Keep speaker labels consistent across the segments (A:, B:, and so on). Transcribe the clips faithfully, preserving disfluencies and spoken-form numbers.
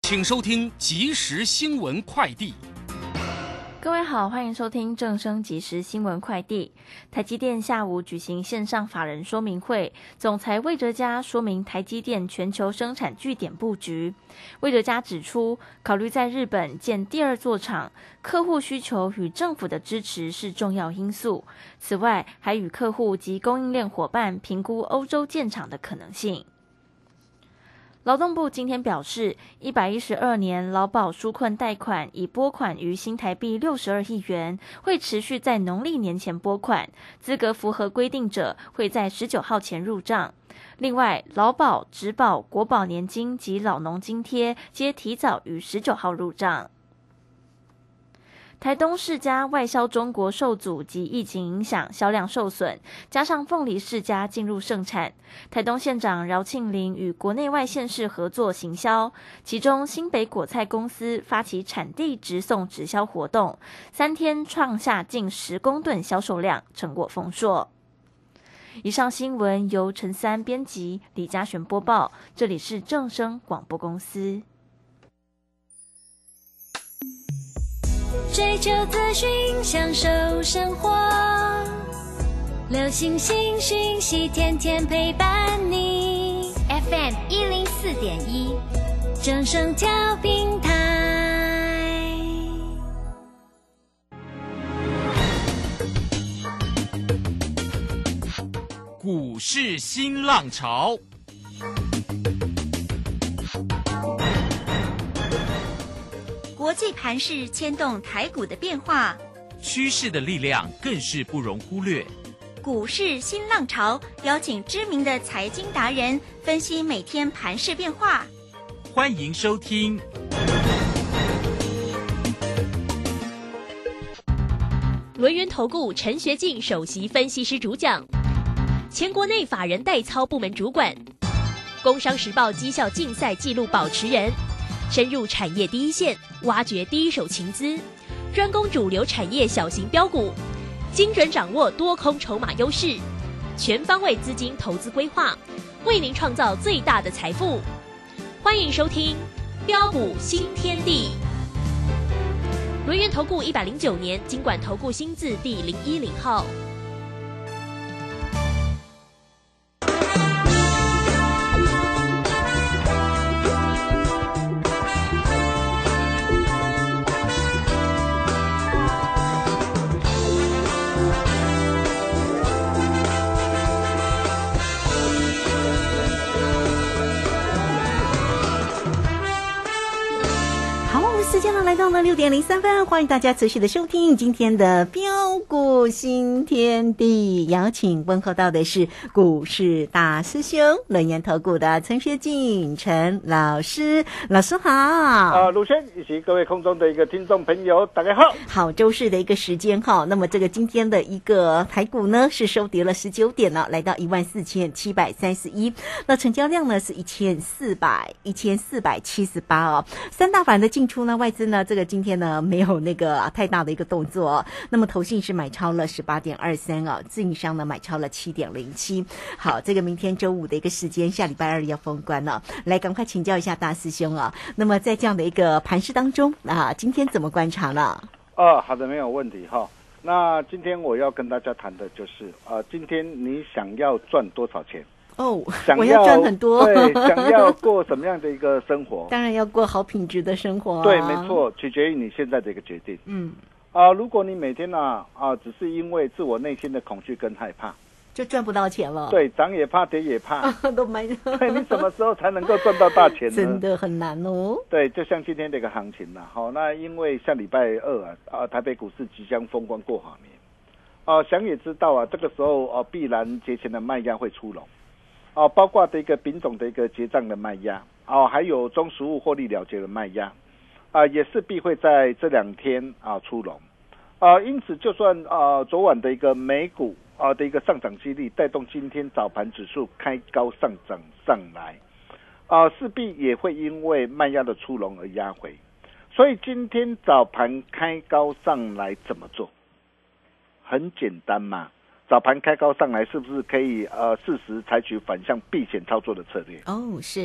A: 请收听即时新闻快递。
B: 各位好，欢迎收听正声即时新闻快递。台积电下午举行线上法人说明会，总裁魏哲嘉说明台积电全球生产据点布局。魏哲嘉指出，考虑在日本建第二座厂，客户需求与政府的支持是重要因素。此外，还与客户及供应链伙伴评估欧洲建厂的可能性。劳动部今天表示，一百一十二年劳保纾困贷款已拨款于新台币六十二亿元，会持续在农历年前拨款，资格符合规定者会在十九号前入账。另外，劳保、职保、国保年金及老农津贴皆提早于十九号入账。台东世家外销中国受阻及疫情影响，销量受损，加上凤梨世家进入盛产，台东县长饶庆铃与国内外县市合作行销，其中新北果菜公司发起产地直送直销活动，三天创下近十公吨销售量，成果丰硕。以上新闻由陈三编辑，李嘉璇播报，这里是正声广播公司。
C: 追求资讯，享受生活，流行新讯息，天天陪伴你。F M 一零四点一，正声调频台。
A: 股市新浪潮。
D: 国际盘势牵动台股的变化，
A: 趋势的力量更是不容忽略。
D: 股市新浪潮邀请知名的财经达人分析每天盘势变化。
A: 欢迎收听
E: 轮源投顾陈学进首席分析师主讲，前国内法人代操部门主管，工商时报绩效竞赛纪录保持人，深入产业第一线，挖掘第一手情资，专攻主流产业小型标股，精准掌握多空筹码优势，全方位资金投资规划，为您创造最大的财富。欢迎收听标股新天地。轮源投顾一百零九年金管投顾新字第零一零号。
F: 时间来到了六点零三分，欢迎大家持续的收听今天的标股新天地，邀请问候到的是股市大师兄轮源投顾的陈学进陈老师，老师好。
G: 啊，鲁轩以及各位空中的一个听众朋友，大家好。
F: 好，周四的一个时间哈，那么这个今天的一个台股呢是收跌了十九点了，来到一万四千七百三十一，那成交量呢是一千四百一千四百七十八哦，三大法人的进出呢，外资呢这个今天呢没有那个、啊、太大的一个动作、哦、那么投信是买超了 十八点二三 哦，自营商呢买超了 七点零七。 好，这个明天周五的一个时间，下礼拜二要封关了，来赶快请教一下大师兄啊、哦，那么在这样的一个盘势当中啊，今天怎么观察呢？
G: 哦，好的，没有问题哈、哦。那今天我要跟大家谈的就是呃，今天你想要赚多少钱？
F: 哦，
G: 想要
F: 我要赚很多，
G: 对，想要过什么样的一个生活？
F: 当然要过好品质的生活、啊。
G: 对，没错，取决于你现在的一个决定。
F: 嗯，
G: 啊、呃，如果你每天呢 啊, 啊，只是因为自我内心的恐惧跟害怕，
F: 就赚不到钱了。
G: 对，涨也怕，跌也怕，
F: 啊、都买。
G: 对，你什么时候才能够赚到大钱呢？
F: 真的很难哦。对，
G: 就像今天这个行情啦，好、哦，那因为下礼拜二啊，啊，台北股市即将封关过好年，啊，想也知道啊，这个时候啊，必然节前的卖压会出笼。哦，包括的一个品种的一个结账的卖压，哦，还有中实物获利了结的卖压，啊、呃，也势必会在这两天啊出笼，啊、呃，因此就算啊、呃、昨晚的一个美股啊、呃、的一个上涨激励，带动今天早盘指数开高上涨上来，啊、呃，势必也会因为卖压的出笼而压回，所以今天早盘开高上来怎么做？很简单嘛。早盘开高上来，是不是可以呃适时采取反向避险操作的策略？
F: 哦，是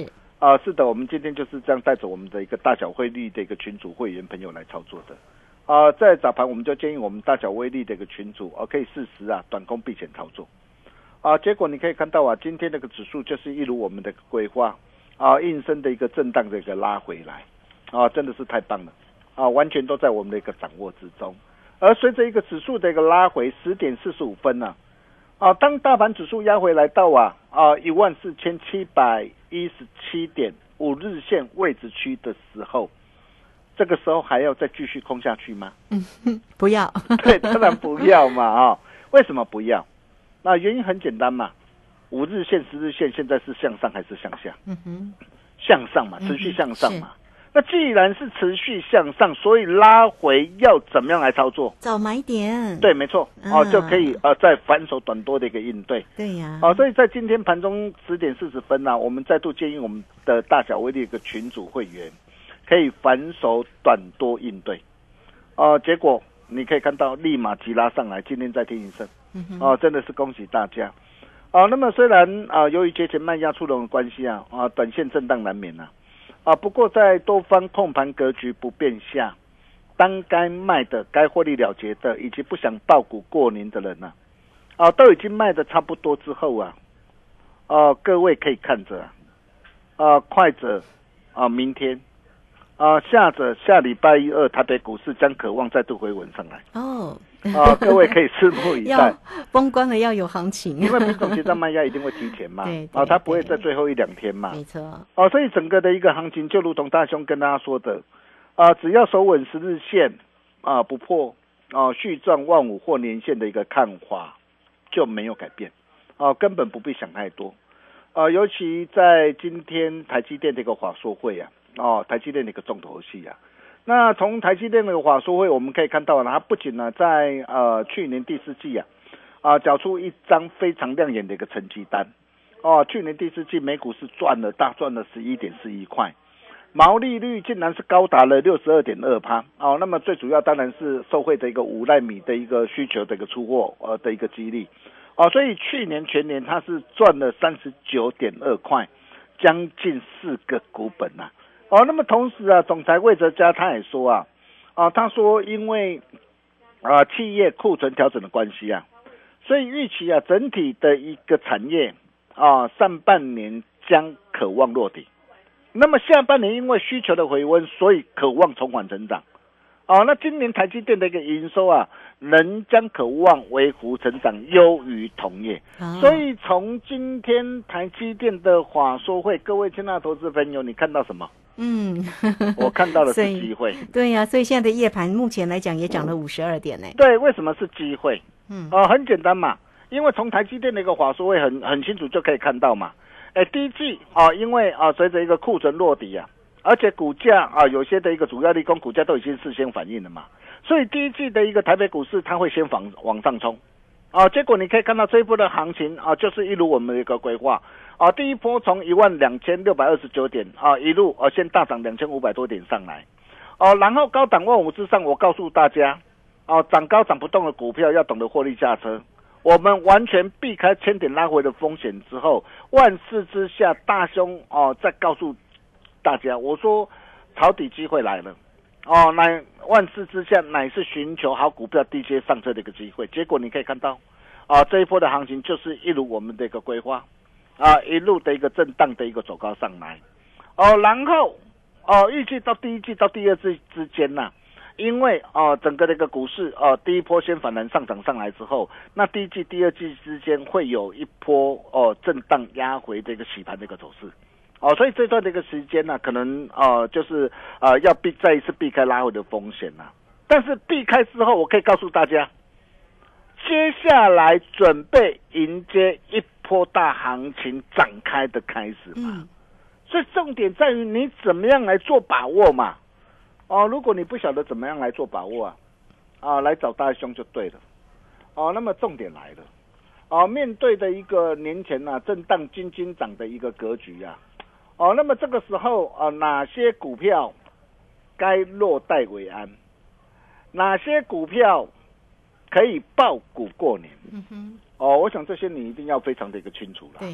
G: 啊、呃，是的，我们今天就是这样带着我们的一个大小汇率的一个群组会员朋友来操作的。啊、呃，在早盘我们就建议我们大小威力的一个群组，哦、呃，可以适时啊短空避险操作。啊、呃，结果你可以看到啊，今天那个指数就是一如我们的规划啊，应声的一个震荡的一个拉回来，啊，真的是太棒了啊，完全都在我们的一个掌握之中。而随着一个指数的一个拉回，十点四十五分呢、啊，啊，当大盘指数压回来到啊啊一万四千七百一十七点五日线位置区的时候，这个时候还要再继续空下去吗？
F: 嗯，不要。
G: 对，当然不要嘛啊、哦！为什么不要？那原因很简单嘛，五日线、十日线现在是向上还是向下？
F: 嗯哼，
G: 向上嘛，持续向上嘛。嗯、那既然是持续向上，所以拉回要怎么样来操作？
F: 早买点。
G: 对，没错、嗯、哦，就可以呃在反手短多的一个应对。
F: 对呀、
G: 啊。哦，所以在今天盘中十点四十分呢、啊，我们再度建议我们的大小威力一个群组会员可以反手短多应对。哦、呃，结果你可以看到立马急拉上来，今天再听一声。
F: 嗯、
G: 哦，真的是恭喜大家。哦，那么虽然啊、呃，由于节前卖压出笼的关系啊，啊，短线震荡难免啊，啊，不过在多方控盘格局不变下，当该卖的、该获利了结的，以及不想抱股过年的人呢、啊，啊，都已经卖的差不多之后啊，啊，各位可以看着啊，啊，快者啊，明天。啊，下着下礼拜一二，台北股市将渴望再度回稳上来。
F: 哦，
G: 啊，各位可以拭目以待。
F: 封关了要有行情，
G: 因为品种结账卖压一定会提前嘛。
F: 对，
G: 啊，它不会在最后一两天嘛。
F: 没错。
G: 哦、啊，所以整个的一个行情就如同大兄跟大家说的，啊，只要守稳十日线啊不破啊续赚万五或年线的一个看法就没有改变，啊，根本不必想太多。啊，尤其在今天台积电的一个法说会啊。哦，台积电的一个重头戏啊，那从台积电的法说会我们可以看到呢，它不仅呢在呃去年第四季啊啊缴出一张非常亮眼的一个成绩单，哦，去年第四季美股是赚了大赚了十一点四一块，毛利率竟然是高达了六十二点二趴，哦，那么最主要当然是受惠的一个五奈米的一个需求的一个出货呃的一个激励，哦，所以去年全年它是赚了三十九点二块，将近四个股本呐、啊。哦，那么同时啊，总裁魏哲嘉他也说啊，啊，他说因为啊企业库存调整的关系啊，所以预期啊整体的一个产业啊上半年将可望落底，那么下半年因为需求的回温，所以可望重返成长。哦，那今年台积电的一个营收啊，仍将可望微幅成长，优于同业。哦、所以从今天台积电的法说会，各位亲爱的投资朋友，你看到什么？
F: 嗯，
G: 我看到的是机会。
F: 对呀、啊，所以现在的夜盘目前来讲也涨了五十二点呢。
G: 对，为什么是机会？
F: 嗯，
G: 哦、呃，很简单嘛，因为从台积电的一个法说会很很清楚就可以看到嘛。哎，第一季啊、呃，因为啊、呃、随着一个库存落底啊。而且股价啊，有些的一个主要利空，股价都已经事先反映了嘛，所以第一季的一个台北股市它会先往往上冲，啊，结果你可以看到这一波的行情啊，就是一如我们的一个规划啊，第一波从一万两千六百二十九点啊一路啊先大涨两千五百多点上来，哦、啊，然后高档万五之上，我告诉大家，哦、啊，涨高涨不动的股票要懂得获利下车。我们完全避开千点拉回的风险之后，万事之下，大兄哦、啊，再告诉大家，我说抄底机会来了，哦，乃万事之下乃是寻求好股票低阶上车的一个机会。结果你可以看到，啊，这一波的行情就是一如我们的一个规划，啊，一路的一个震荡的一个走高上来，哦，然后哦，预计到第一季到第二季之间呐、啊，因为哦、啊，整个的一个股市哦、啊，第一波先反弹上涨上来之后，那第一季第二季之间会有一波哦、啊、震荡压回的一个洗盘的一个走势。哦，所以这段的一个时间呢、啊，可能呃就是呃要避再一次避开拉回的风险呐、啊。但是避开之后，我可以告诉大家，接下来准备迎接一波大行情展开的开始嘛。嗯、所以重点在于你怎么样来做把握嘛。哦，如果你不晓得怎么样来做把握啊，啊来找大兄就对了。哦，那么重点来了。哦，面对的一个年前啊震荡金金涨的一个格局啊。哦，那么这个时候啊、呃，哪些股票该落袋为安？哪些股票可以抱股过年？
F: 嗯哼。
G: 哦，我想这些你一定要非常的一个清楚了。
F: 对。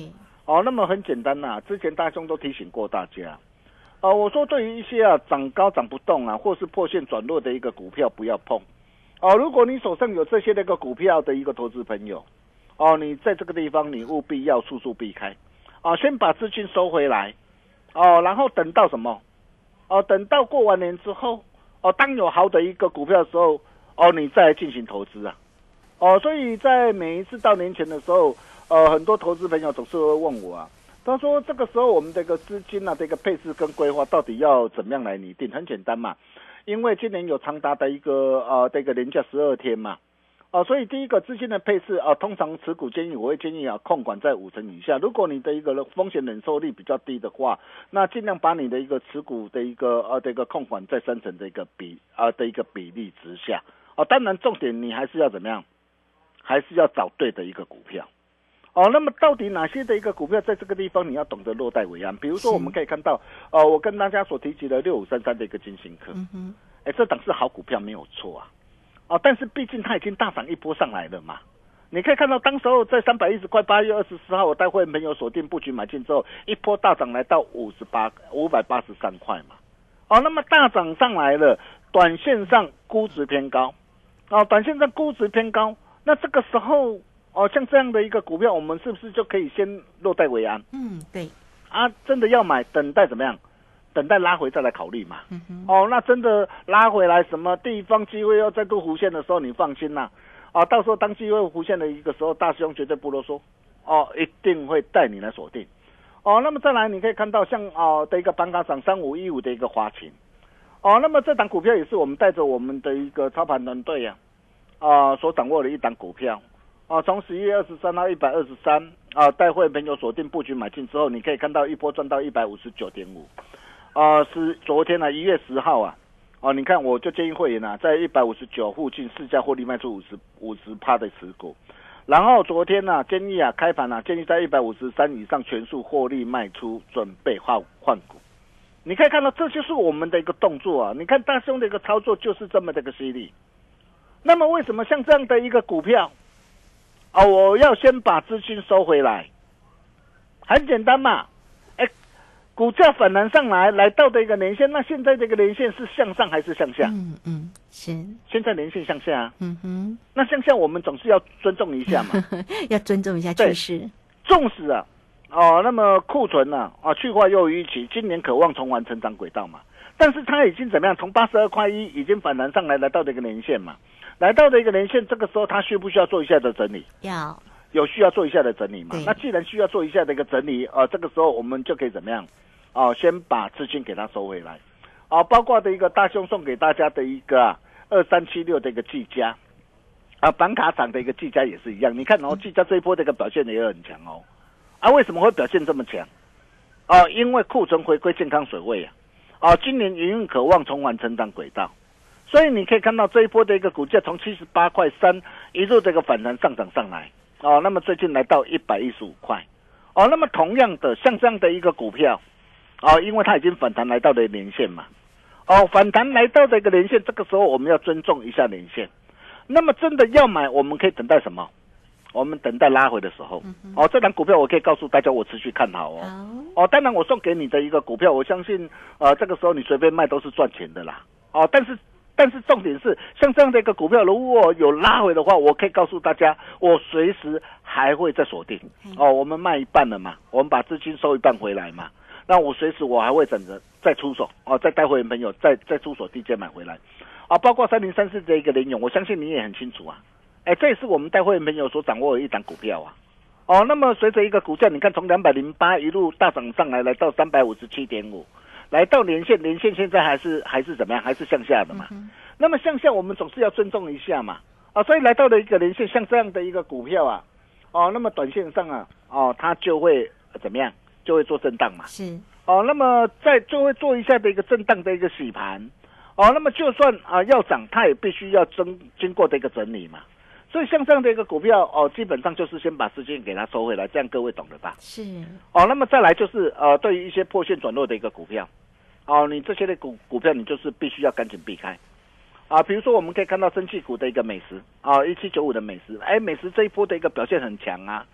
G: 哦，那么很简单呐、啊，之前大兄都提醒过大家，呃，我说对于一些啊涨高涨不动啊，或是破线转弱的一个股票不要碰。哦，如果你手上有这些那个股票的一个投资朋友，哦，你在这个地方你务必要速速避开，啊，先把资金收回来，哦，然后等到什么？哦，等到过完年之后，哦，当有好的一个股票的时候，哦，你再来进行投资啊，哦，所以在每一次到年前的时候，呃，很多投资朋友总是会问我啊，他说这个时候我们这个资金啊，这个配置跟规划到底要怎么样来拟定？很简单嘛。因为今年有长达的一个呃这个连假十二天嘛，哦、呃，所以第一个资金的配置啊、呃，通常持股建议我会建议啊控管在五成以下。如果你的一个风险忍受力比较低的话，那尽量把你的一个持股的一个呃这个控管在三成的一个比啊、呃、的一个比例之下。哦、呃，当然重点你还是要怎么样，还是要找对的一个股票。哦，那么到底哪些的一个股票在这个地方你要懂得落袋为安？比如说我们可以看到，呃，我跟大家所提及的六五三三的一个金星科，嗯哼，哎，这档是好股票没有错啊，哦，但是毕竟它已经大涨一波上来了嘛。你可以看到，当时候在三百一十块，八月二十四号，我带会员朋友锁定布局买进之后，一波大涨来到五十八五百八十三块嘛。哦，那么大涨上来了，短线上估值偏高，哦，短线上估值偏高，那这个时候。哦，像这样的一个股票，我们是不是就可以先落袋为安？
F: 嗯，对。
G: 啊，真的要买，等待怎么样？等待拉回再来考虑嘛。嗯哼。哦，那真的拉回来，什么地方机会要再度弧线的时候，你放心啦。啊，到时候当机会弧线的一个时候，大兄绝对不啰嗦。哦，一定会带你来锁定。哦，那么再来，你可以看到像哦的一个板卡涨三五一五的一个华勤。哦，那么这档股票也是我们带着我们的一个操盘团队呀、啊，啊所掌握的一档股票。啊，从十一月二十三到一百二十三啊，带会朋友锁定布局买进之后，你可以看到一波赚到一百五十九点五，啊，是昨天呢、啊，一月十号啊，哦、啊，你看我就建议会员啊，在一百五十九附近市价获利卖出五十五十趴的持股，然后昨天呢、啊，建议啊开盘啊，建议在一百五十三以上全数获利卖出，准备换换股。你可以看到，这就是我们的一个动作啊！你看大兄的一个操作就是这么的一个犀利。那么为什么像这样的一个股票？哦，我要先把资金收回来，很简单嘛，哎，股价反弹上来，来到的一个年线，那现在这个年线是向上还是向下？
F: 嗯嗯，是。
G: 现在年线向下啊。
F: 嗯哼。
G: 那向下我们总是要尊重一下嘛，
F: 要尊重一下趋势。
G: 纵使啊，哦，那么库存呢、啊，啊，去化优于预期，今年渴望重返成长轨道嘛，但是它已经怎么样？从八十二块一已经反弹上来，来到这个年线嘛。来到的一个年线，这个时候它需不需要做一下的整理？
F: 要，
G: 有需要做一下的整理嘛？那既然需要做一下的一个整理，呃，这个时候我们就可以怎么样？哦、呃，先把资金给它收回来，啊、呃，包括的一个大兄送给大家的一个二三七六的一个技嘉，啊、呃，板卡厂的一个技嘉也是一样。你看哦，技嘉这一波的一个表现也很强哦，啊，为什么会表现这么强？哦、呃，因为库存回归健康水位啊，啊、呃，今年营运渴望重返成长轨道。所以你可以看到这一波的一个股价从七十八块三一路这个反弹上涨上来，哦，那么最近来到一百一十五块，哦，那么同样的像这样的一个股票，哦，因为它已经反弹来到了年线嘛，哦，反弹来到的一个年线，这个时候我们要尊重一下年线。那么真的要买，我们可以等待什么？我们等待拉回的时候，嗯、哦，这档股票我可以告诉大家，我持续看好哦。哦，哦，当然我送给你的一个股票，我相信，呃，这个时候你随便卖都是赚钱的啦。哦，但是。但是重点是，像这样的一个股票，如果有拉回的话，我可以告诉大家，我随时还会再锁定。哦，我们卖一半了嘛，我们把资金收一半回来嘛，那我随时我还会等着再出手哦，再带会员朋友再再出手低阶买回来。啊，包括三零三四的一个联咏，我相信你也很清楚啊。哎，这也是我们带会员朋友所掌握的一档股票啊。哦，那么随着一个股价，你看从两百零八一路大涨上来，来到三百五十七点五。来到年线，年线现在还是还是怎么样？还是向下的嘛。嗯、那么向下，我们总是要尊重一下嘛。啊，所以来到了一个年线，像这样的一个股票啊，哦，那么短线上啊，哦，它就会、呃、怎么样？就会做震荡嘛。
F: 是。
G: 哦，那么在就会做一下的一个震荡的一个洗盘。哦，那么就算啊、呃、要涨，它也必须要经经过的一个整理嘛。所以像这样的一个股票哦，基本上就是先把资金给它收回来，这样各位懂了吧？
F: 是。
G: 哦，那么再来就是呃，对于一些破线转弱的一个股票，哦，你这些的股股票你就是必须要赶紧避开。啊，比如说我们可以看到生技股的一个美食啊，一七九五的美食，哎，美食这一波的一个表现很强啊。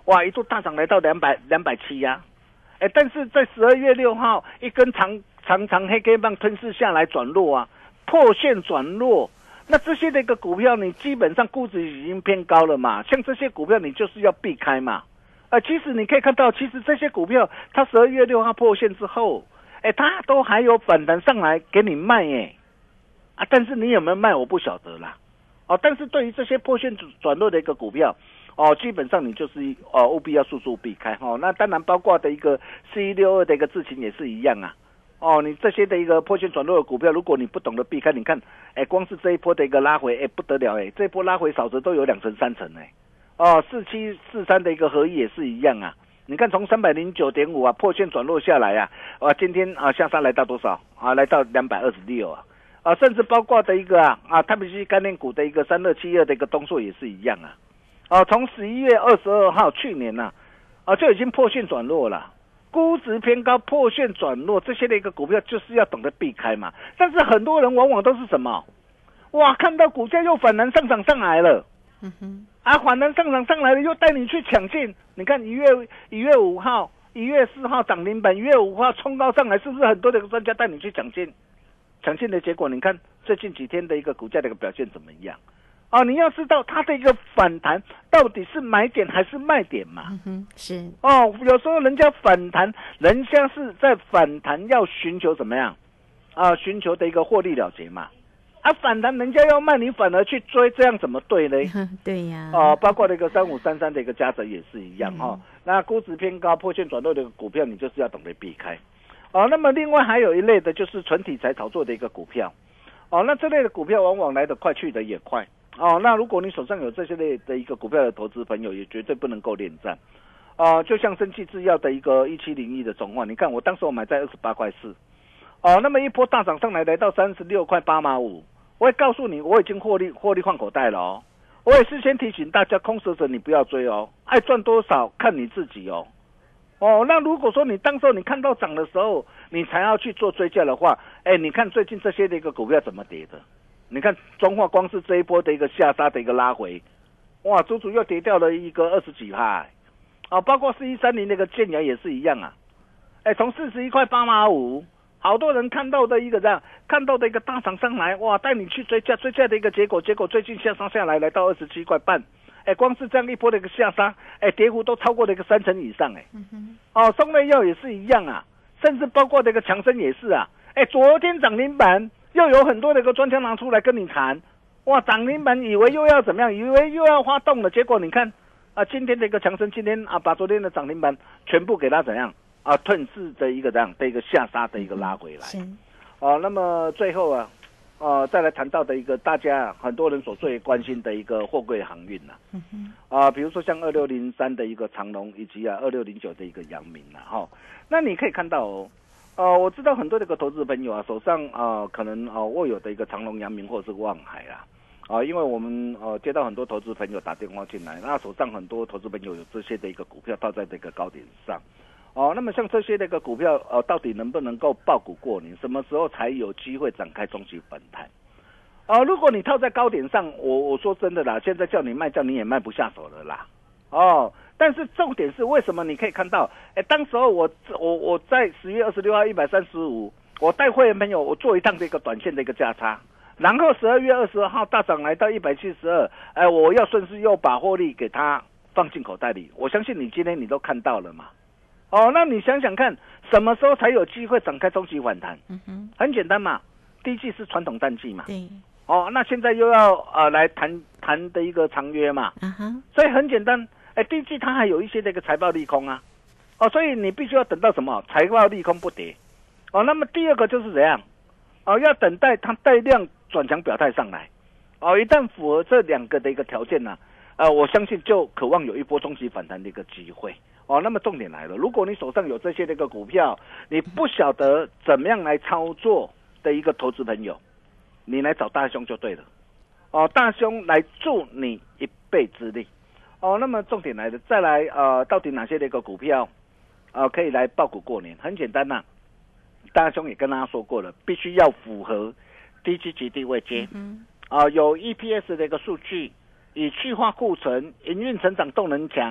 G: 哇，一度大涨来到两百两百七呀，哎，但是在十二月六号一根长长长黑 K 棒吞噬下来转弱啊，破线转弱，那这些的一个股票你基本上估值已经偏高了嘛，像这些股票你就是要避开嘛。啊，其实你可以看到，其实这些股票它十二月六号破线之后，哎，它都还有反弹上来给你卖哎，啊，但是你有没有卖我不晓得啦。哦，但是对于这些破线转弱的一个股票，哦，基本上你就是哦务必要速速避开哦。那当然包括的一个四一六二的一个智勤也是一样啊。哦，你这些的一个破线转弱的股票，如果你不懂得避开，你看，哎，光是这一波的一个拉回，哎，不得了哎，这一波拉回少则都有两成三成哎。哦，四七四三的一个合一也是一样啊。你看从三百零九点五啊破线转弱下来啊，啊今天啊下杀来到多少啊？来到两百二十六啊。啊，甚至包括的一个啊啊，特别是概念股的一个三二七二的一个东硕也是一样啊。啊，从十一月二十二号去年呐、啊，啊就已经破线转弱了，估值偏高，破线转弱，这些的一个股票就是要懂得避开嘛。但是很多人往往都是什么？哇，看到股价又反弹上涨上来了。嗯哼，啊，反弹上涨上来了，又带你去抢进。你看一月一月五号、一月四号涨停板，一月五号冲高上来，是不是很多的专家带你去抢进？抢进的结果，你看最近几天的一个股价的一个表现怎么样？啊，你要知道它的一个反弹到底是买点还是卖点嘛？
F: 嗯哼，是
G: 哦，有时候人家反弹，人家是在反弹要寻求怎么样？啊，寻求的一个获利了结嘛。啊，反弹人家要卖，你反而去追，这样怎么对呢？
F: 对呀。
G: 哦，包括那个三五三三的一个嘉泽也是一样哈、嗯哦。那估值偏高、破线转弱的股票，你就是要懂得避开。哦，那么另外还有一类的就是纯题材炒作的一个股票。哦，那这类的股票往往来得快，去得也快。哦，那如果你手上有这些类的一个股票的投资朋友，也绝对不能够恋战。哦，就像生技制药的一个一七零一的中化，你看我当时我买在二十八块四。哦，那么一波大涨上来，来到三十六块八毛五。我会告诉你，我已经获利获利换口袋了哦。我也事先提醒大家，空手者你不要追哦，爱赚多少看你自己哦。哦，那如果说你当时候你看到涨的时候，你才要去做追价的话，哎，你看最近这些的一个股票怎么跌的？你看中化光是这一波的一个下杀的一个拉回，哇，足足又跌掉了一个二十几趴。啊，包括四一三零那个建阳也是一样啊。哎，从四十一块八毛五。好多人看到的一个这样，看到的一个大涨上来，哇，带你去追价，追价的一个结果，结果最近下杀下来，来到二十七块半，哎，光是这样一波的一个下杀，哎，跌幅都超过了一个三成以上，哎，嗯、哦，松瑞药也是一样啊，甚至包括这个强生也是啊，哎，昨天涨停板又有很多的一个专家拿出来跟你谈，哇，涨停板以为又要怎么样，以为又要发动了，结果你看啊，今天的一个强生今天啊，把昨天的涨停板全部给它怎样？啊，吞噬的一个这样的一个下杀的一个拉回来，哦，那么最后啊，呃，再来谈到的一个大家很多人所最关心的一个货柜航运呐、啊，嗯、啊，比如说像二六零三的一个长荣，以及啊二六零九的一个阳明呐、啊，哈、哦，那你可以看到哦，呃，我知道很多这个投资朋友啊，手上啊、呃、可能啊、呃、握有的一个长荣、阳明或者是万海啊，啊，因为我们呃接到很多投资朋友打电话进来，那手上很多投资朋友有这些的一个股票套在这个高点上。哦，那么像这些那个股票，呃，到底能不能够抱股过年？什么时候才有机会展开中期反弹？哦，如果你套在高点上，我我说真的啦，现在叫你卖，叫你也卖不下手了啦。哦，但是重点是为什么？你可以看到，哎，当时候我我我在十月二十六号一百三十五，我带会员朋友我做一趟这个短线的一个价差，然后十二月二十二号大涨来到一百七十二，哎，我要顺势又把获利给它放进口袋里。我相信你今天你都看到了嘛。哦，那你想想看，什么时候才有机会展开中期反弹？嗯哼，很简单嘛，第一季是传统淡季嘛。对。哦，那现在又要呃来谈谈的一个长约嘛。嗯哼。所以很简单，哎，第一季它还有一些这个财报利空啊。哦，所以你必须要等到什么财报利空不跌。哦，那么第二个就是怎样？哦，要等待它带量转强表态上来。哦，一旦符合这两个的一个条件呢、啊，呃，我相信就渴望有一波中期反弹的一个机会。哦，那么重点来了，如果你手上有这些的一个股票，你不晓得怎么样来操作的一个投资朋友，你来找大兄就对了。哦，大兄来助你一臂之力。哦，那么重点来了，再来呃，到底哪些的一个股票，呃，可以来抱股过年？很简单呐、啊，大兄也跟大家说过了，必须要符合低基期低位接，嗯，啊、呃，有 E P S 的一个数据，以去化库存、营运成长动能强。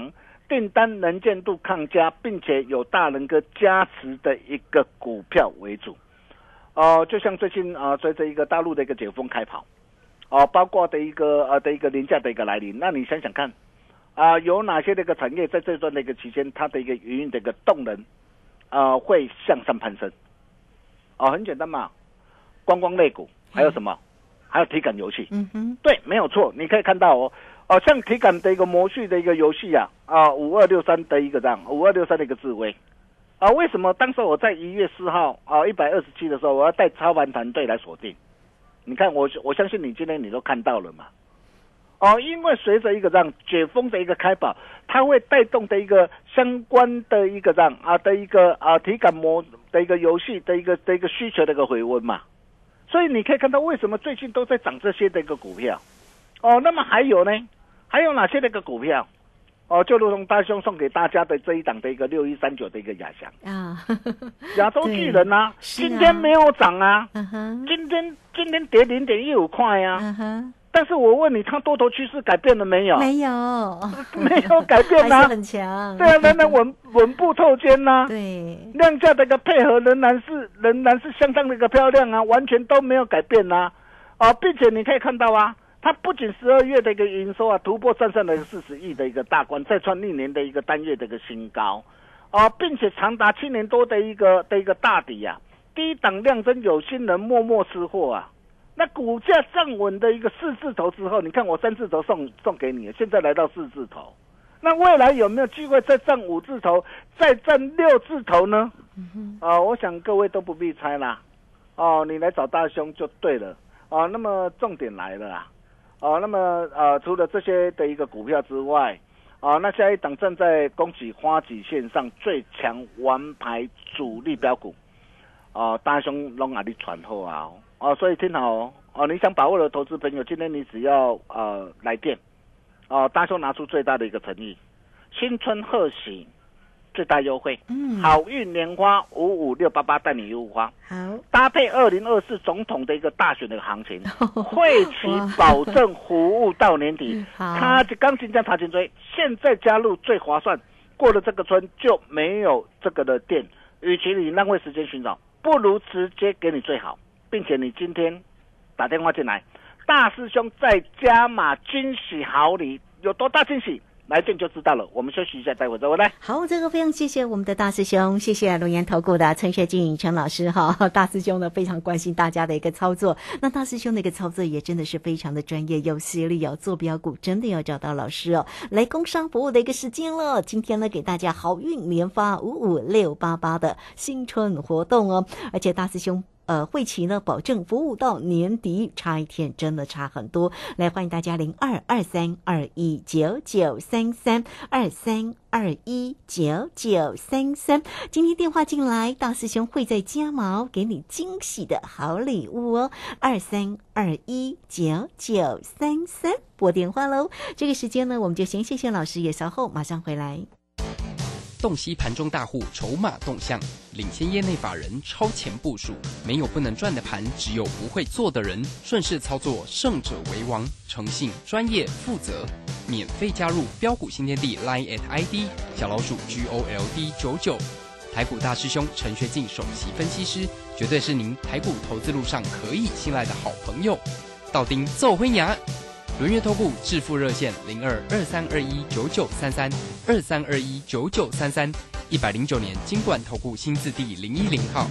G: 订单能见度抗佳，并且有大人哥加持的一个股票为主。哦、呃，就像最近啊、呃，随着一个大陆的一个解封开跑，哦、呃，包括的一个呃的一个廉价的一个来临，那你想想看，啊、呃，有哪些的一个产业在这段的一个期间，它的一个营运的一个动能，呃，会向上攀升？哦、呃，很简单嘛，观光类股，还有什么？还有体感游戏。
F: 嗯哼，
G: 对，没有错，你可以看到哦。哦，像体感的一个模序的一个游戏啊，啊，五二六三的一个这样，五二六三的一个智慧。啊，为什么当时我在一月四号啊一百二十七的时候，我要带操盘团队来锁定？你看我我相信你今天你都看到了嘛。哦，因为随着一个这样解封的一个开跑，它会带动的一个相关的一个这样啊的一个啊体感模的一个游戏的一个的一个需求的一个回温嘛。所以你可以看到为什么最近都在涨这些的一个股票。哦，那么还有呢？还有哪些的一个股票？哦，就如同大兄送给大家的这一档的一个六一三九的一个亚翔
F: 啊，
G: 亚洲巨人啊，今天没有涨啊，uh-huh. 今天今天跌零点一五块啊。Uh-huh. 但是我问你，它多头趋势改变了没有？
F: 没有，
G: 没有改变啊，
F: 还是很强。
G: 对啊，仍然稳稳步透肩呐、啊。
F: 对，
G: 量价的一个配合仍然是仍然是相当的一个漂亮啊，完全都没有改变呐、啊。啊，并且你可以看到啊。它不仅十二月的一个营收啊突破站上了四十亿的一个大关，再创历年的一个单月的一个新高，啊，并且长达七年多的一个的一个大底啊，低档量增有心人默默吃货啊，那股价站稳的一个四字头之后，你看我三字头送送给你，现在来到四字头，那未来有没有机会再站五字头，再站六字头呢？嗯、啊，我想各位都不必猜啦，哦，你来找大兄就对了，啊，那么重点来了啊。哦，那么呃，除了这些的一个股票之外，啊，那下一档站在恭喜花旗线上最强王牌主力标股，啊，大兄拢阿你传后啊，哦，所以听好哦，哦，你想把握的投资朋友，今天你只要呃来电，哦，大兄拿出最大的一个诚意，新春贺喜。最大优惠，嗯，好运年花五五六八八带你入花，
F: 好，
G: 搭配二零二四总统的一个大选的行情，会期保证服务到年底。他刚进站查进追，现在加入最划算，过了这个村就没有这个的店。与其你浪费时间寻找，不如直接给你最好，并且你今天打电话进来，大师兄再加码惊喜好礼，有多大惊喜？来电就知道了。我们休息一下，待会再回来。
F: 好，这个非常谢谢我们的大师兄，谢谢龙岩投顾的陈学进陈老师哈。大师兄呢非常关心大家的一个操作，那大师兄的一个操作也真的是非常的专业有实力哦，做标股真的要找到老师哦。来工商服务的一个时间了，今天呢给大家好运连发五五六八八的新春活动哦，而且大师兄。呃，会期呢，保证服务到年底，差一天真的差很多。来，欢迎大家零二二三二一九九三三二三二一九九三三。今天电话进来，大师兄会在加毛给你惊喜的好礼物哦。二三二一九九三三，拨电话喽。这个时间呢，我们就先谢谢老师，也稍后马上回来。
A: 洞悉盘中大户筹码动向，领先业内法人超前部署，没有不能赚的盘，只有不会做的人。顺势操作，胜者为王。诚信、专业、负责，免费加入标股新天地 Line at I D 小老鼠 G O L D 九九。台股大师兄陈学进首席分析师，绝对是您台股投资路上可以信赖的好朋友。道丁奏辉牙。轮月投顾致富热线零二二三二一九九三三二三二一九九三三，一百零九年金管投顾新字第零一零号。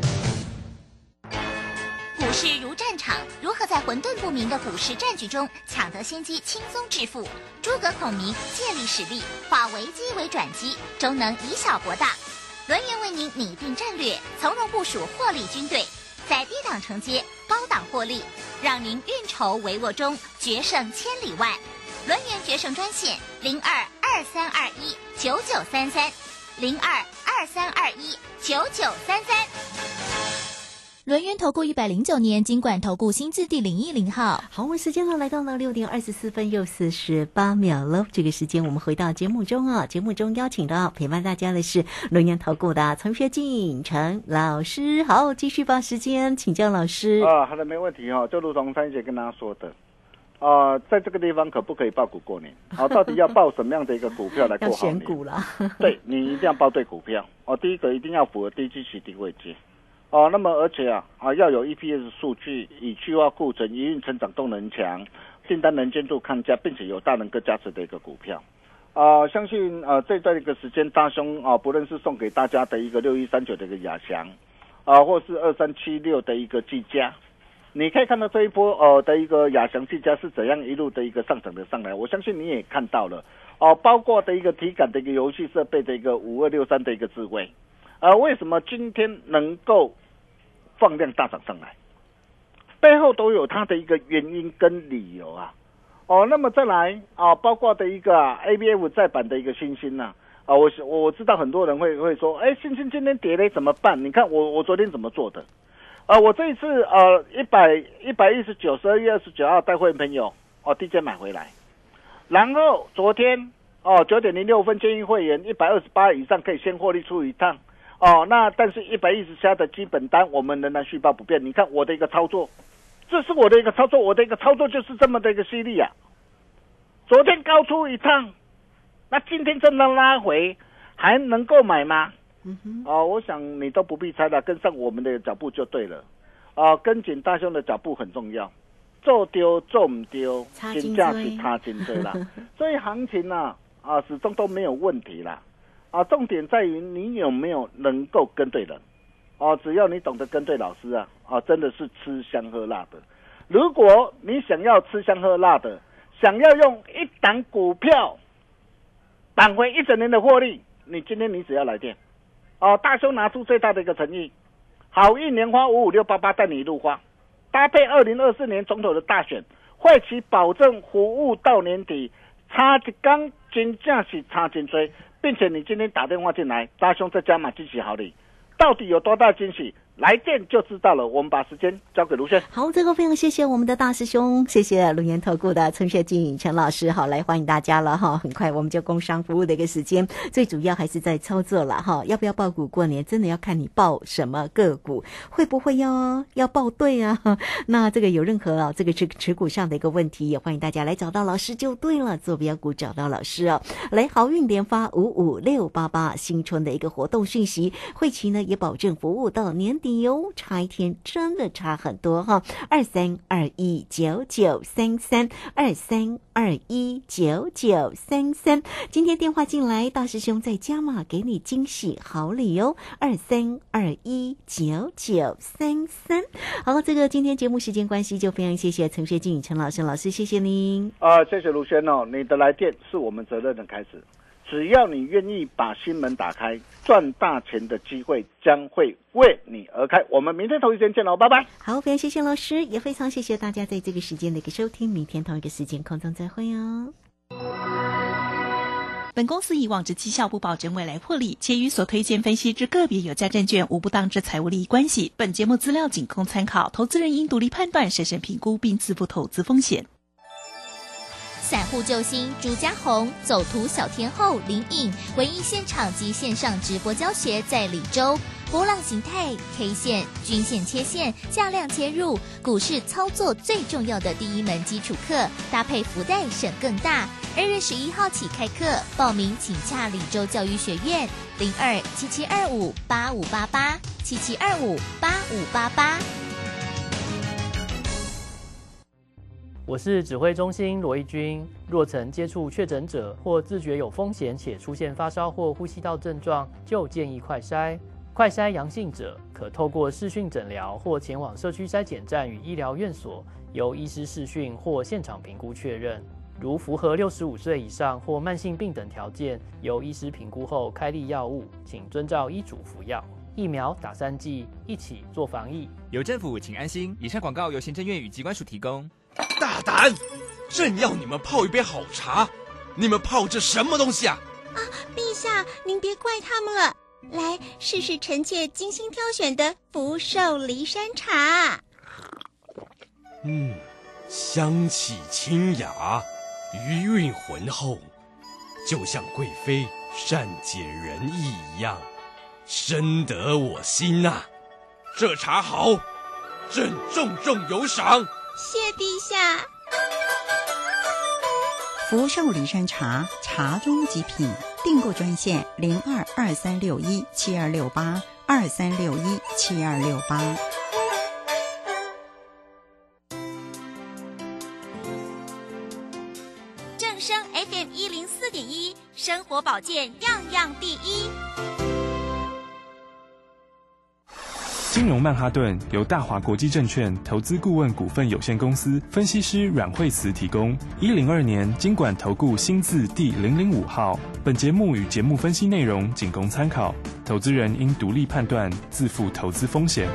D: 股市如战场，如何在混沌不明的股市战局中抢得先机，轻松致富？诸葛孔明借力使力，化危机为转机，终能以小博大。轮源为您拟定战略，从容部署获利军队，在低档承接，高档获利，让您运筹帷幄中决胜千里外。轮源决胜专线零二二三二一九九三三零二二三二一九九三三。
H: 轮源投顾一百零九年金管投顾新字第零一零号。
F: 好，我们时间呢来到了六点二十四分又四十八秒了。这个时间我们回到节目中啊，节目中邀请到陪伴大家的是轮源投顾的陈学进陈老师。好，继续把时间请教老师。
G: 啊，好的，没问题哈、哦。就如同三姐跟大家说的， 啊、呃，在这个地方可不可以抱股过年？啊，到底要抱什么样的一个股票来过好年？
F: 要选股啦。
G: 对，你一定要抱对股票。哦，第一个一定要符合低基期低位阶。哦，那么而且啊啊要有 E P S 数据，以去化库存、营运成长动能强、订单能见度看价，并且有大能哥加持的一个股票。啊、呃，相信呃这段一个时间，大兄啊、呃，不论是送给大家的一个六一三九的一个亚翔，啊、呃，或是二三七六的一个技嘉。你可以看到这一波呃的一个亚翔技嘉是怎样一路的一个上涨的上来，我相信你也看到了哦、呃，包括的一个体感的一个游戏设备的一个五二六三的一个智慧，呃，为什么今天能够放量大涨上来？背后都有它的一个原因跟理由啊。哦，那么再来啊，包括的一个、啊、A B F 再版的一个新兴呐啊，我我知道很多人会会说，哎，新兴今天跌了怎么办？你看我我昨天怎么做的？呃，我这一次呃一百一百一十九十二月二十九号带会员朋友哦低阶买回来，然后昨天哦九点零六分建议会员一百二十八以上可以先获利出一趟哦，那但是一百一十下的基本单我们仍然续报不变。你看我的一个操作，这是我的一个操作，我的一个操作就是这么的一个犀利啊！昨天高出一趟，那今天震荡拉回还能够买吗？嗯哼，哦，我想你都不必猜了，跟上我们的脚步就对了。啊、呃，跟紧大兄的脚步很重要，做丢做唔丢，金价是差金追啦。所以行情呢、啊，啊，始终都没有问题啦。啊，重点在于你有没有能够跟对人。哦、啊，只要你懂得跟对老师啊，啊，真的是吃香喝辣的。如果你想要吃香喝辣的，想要用一档股票扳回一整年的获利，你今天你只要来电。哦，大兄拿出最大的一个诚意，好运莲花五五六八八带你入花，搭配二零二四年总统的大选，会期保证服务到年底，差一天真正是差真多，并且你今天打电话进来，大兄再加码惊喜好礼，到底有多大惊喜？来电就知道了。我们把时间交给卢轩。
F: 好，这个非常谢谢我们的大师兄，谢谢龙岩投顾的陈学进陈老师。好，来欢迎大家了哈。很快我们就工商服务的一个时间，最主要还是在操作了哈。要不要抱股过年，真的要看你抱什么个股，会不会要要抱对啊？那这个有任何啊这个持持股上的一个问题，也欢迎大家来找到老师就对了，做标股找到老师哦。来，好运连发五五六八八新春的一个活动讯息，会期呢也保证服务到年底。有差一天真的差很多哈，二三二一九九三三二三二一九九三三，今天电话进来，大师兄在加码给你惊喜好礼哦，二三二一九九三三。好，这个今天节目时间关系，就非常谢谢陈学进陈老师老师，谢谢您
G: 啊、呃，谢谢卢轩哦，你的来电是我们责任的开始。只要你愿意把心门打开，赚大钱的机会将会为你而开。我们明天同一时间见喽，拜拜。
F: 好，非常谢谢老师，也非常谢谢大家在这个时间的一个收听，明天同一个时间空中再会哦。
I: 本公司以往之绩效不保证未来获利，且与所推荐分析之个别有价证券无不当之财务利益关系。本节目资料仅供参考，投资人应独立判断、审慎评估并自负投资风险。
C: 散户救星朱家红，走图小天后林颖，唯一现场及线上直播教学在李州。波浪形态、K 线、均线切线、价量切入，股市操作最重要的第一门基础课，搭配福袋省更大。二月十一号起开课，报名请洽李州教育学院零二七七二五八五八八七七二五八五八八。
J: 我是指挥中心罗一军。若曾接触确诊者或自觉有风险且出现发烧或呼吸道症状，就建议快筛。快筛阳性者可透过视讯诊疗或前往社区筛检站与医疗院所，由医师视讯或现场评估确认。如符合六十五岁以上或慢性病等条件，由医师评估后开立药物，请遵照医嘱服药。疫苗打三剂，一起做防疫。
K: 有政府，请安心。以上广告由行政院与疾管署提供。
L: 大胆！正要你们泡一杯好茶，你们泡这什么东西啊？
M: 啊，陛下，您别怪他们了。来，试试臣妾精心挑选的福寿梨山茶。
L: 嗯，香气清雅，余韵浑厚，就像贵妃善解人意一样，深得我心啊！这茶好，朕重重有赏。
M: 谢陛下。
N: 福寿梨山茶，茶中极品。订购专线零二二三六一七二六八二三六一七二六八。
M: 正声 F M 一零四点一，生活保健样样第一。
O: 金融曼哈顿由大华国际证券投资顾问股份有限公司分析师阮惠慈提供。一零二年金管投顾新字第零零五号。本节目与节目分析内容仅供参考，投资人应独立判断，自负投资风险。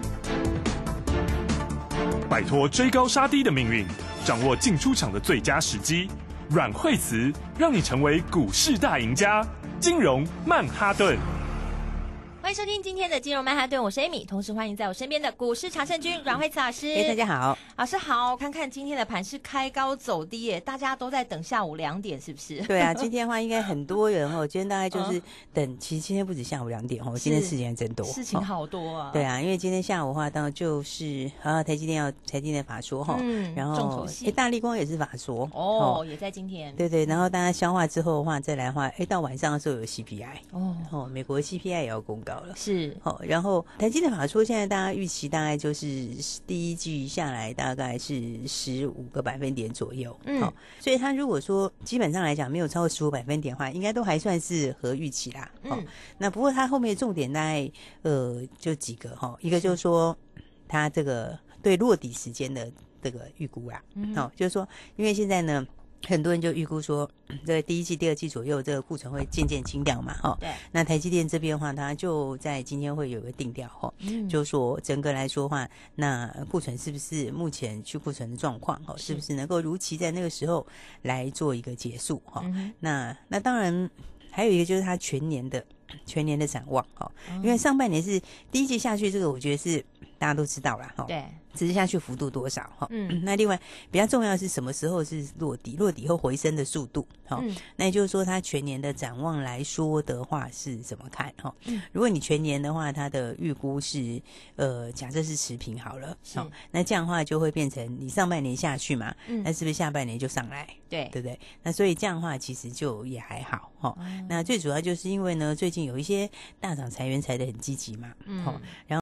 O: 摆脱追高杀低的命运，掌握进出场的最佳时机。阮惠慈让你成为股市大赢家。金融曼哈顿。
P: 欢迎收听今天的金融曼哈顿，我是 Amy， 同时欢迎在我身边的股市常胜军阮惠慈老师。
Q: 哎，大家好，
P: 老师好。看看今天的盘是开高走低耶，大家都在等下午两点，是不是？
Q: 对啊，今天的话应该很多人哦，今天大概就是等，嗯、其实今天不止下午两点哦，今天事情还真多，
P: 事情好多啊。
Q: 对啊，因为今天下午的话，当然就是啊，台积电要台积电法说哈，嗯，然后哎，大立光也是法说
P: 哦，哦，也在今天。
Q: 对对，然后大家消化之后的话，再来的话，哎，到晚上的时候有 C P I 哦，哦，美国的 C P I 也要公告了，
P: 是。
Q: 哦，然后台积电法说现在大家预期大概就是第一季下来大概是十五个百分点左右，嗯，哦，所以他如果说基本上来讲没有超过十五百分点的话，应该都还算是合预期啦，哦，嗯，那不过他后面重点大概呃就几个哈，哦，一个就是说他这个对落底时间的这个预估啦，嗯，哦，就是说因为现在呢。很多人就预估说，这个第一季、第二季左右，这个库存会渐渐清掉嘛，哈。对。那台积电这边的话，它就在今天会有个定调，哈，嗯，就说整个来说的话，那库存是不是目前去库存的状况，哈，是不是能够如期在那个时候来做一个结束，哈，嗯。那那当然还有一个就是它全年的全年的展望，哈，嗯，因为上半年是第一季下去，这个我觉得是大家都知道啦，哈。对。只是下去幅度多少哈？嗯，那另外比较重要的是什么时候是落底，落底后回升的速度哈。嗯，那也就是说，它全年的展望来说的话是怎么看哈？嗯，如果你全年的话，它的预估是呃，假设是持平好了，好，那这样的话就会变成你上半年下去嘛，嗯，那是不是下半年就上来？对，对不对？那所以这样的话其实就也还好哈。嗯，那最主要就是因为呢，最近有一些大厂裁员裁得很积极嘛，嗯，然后。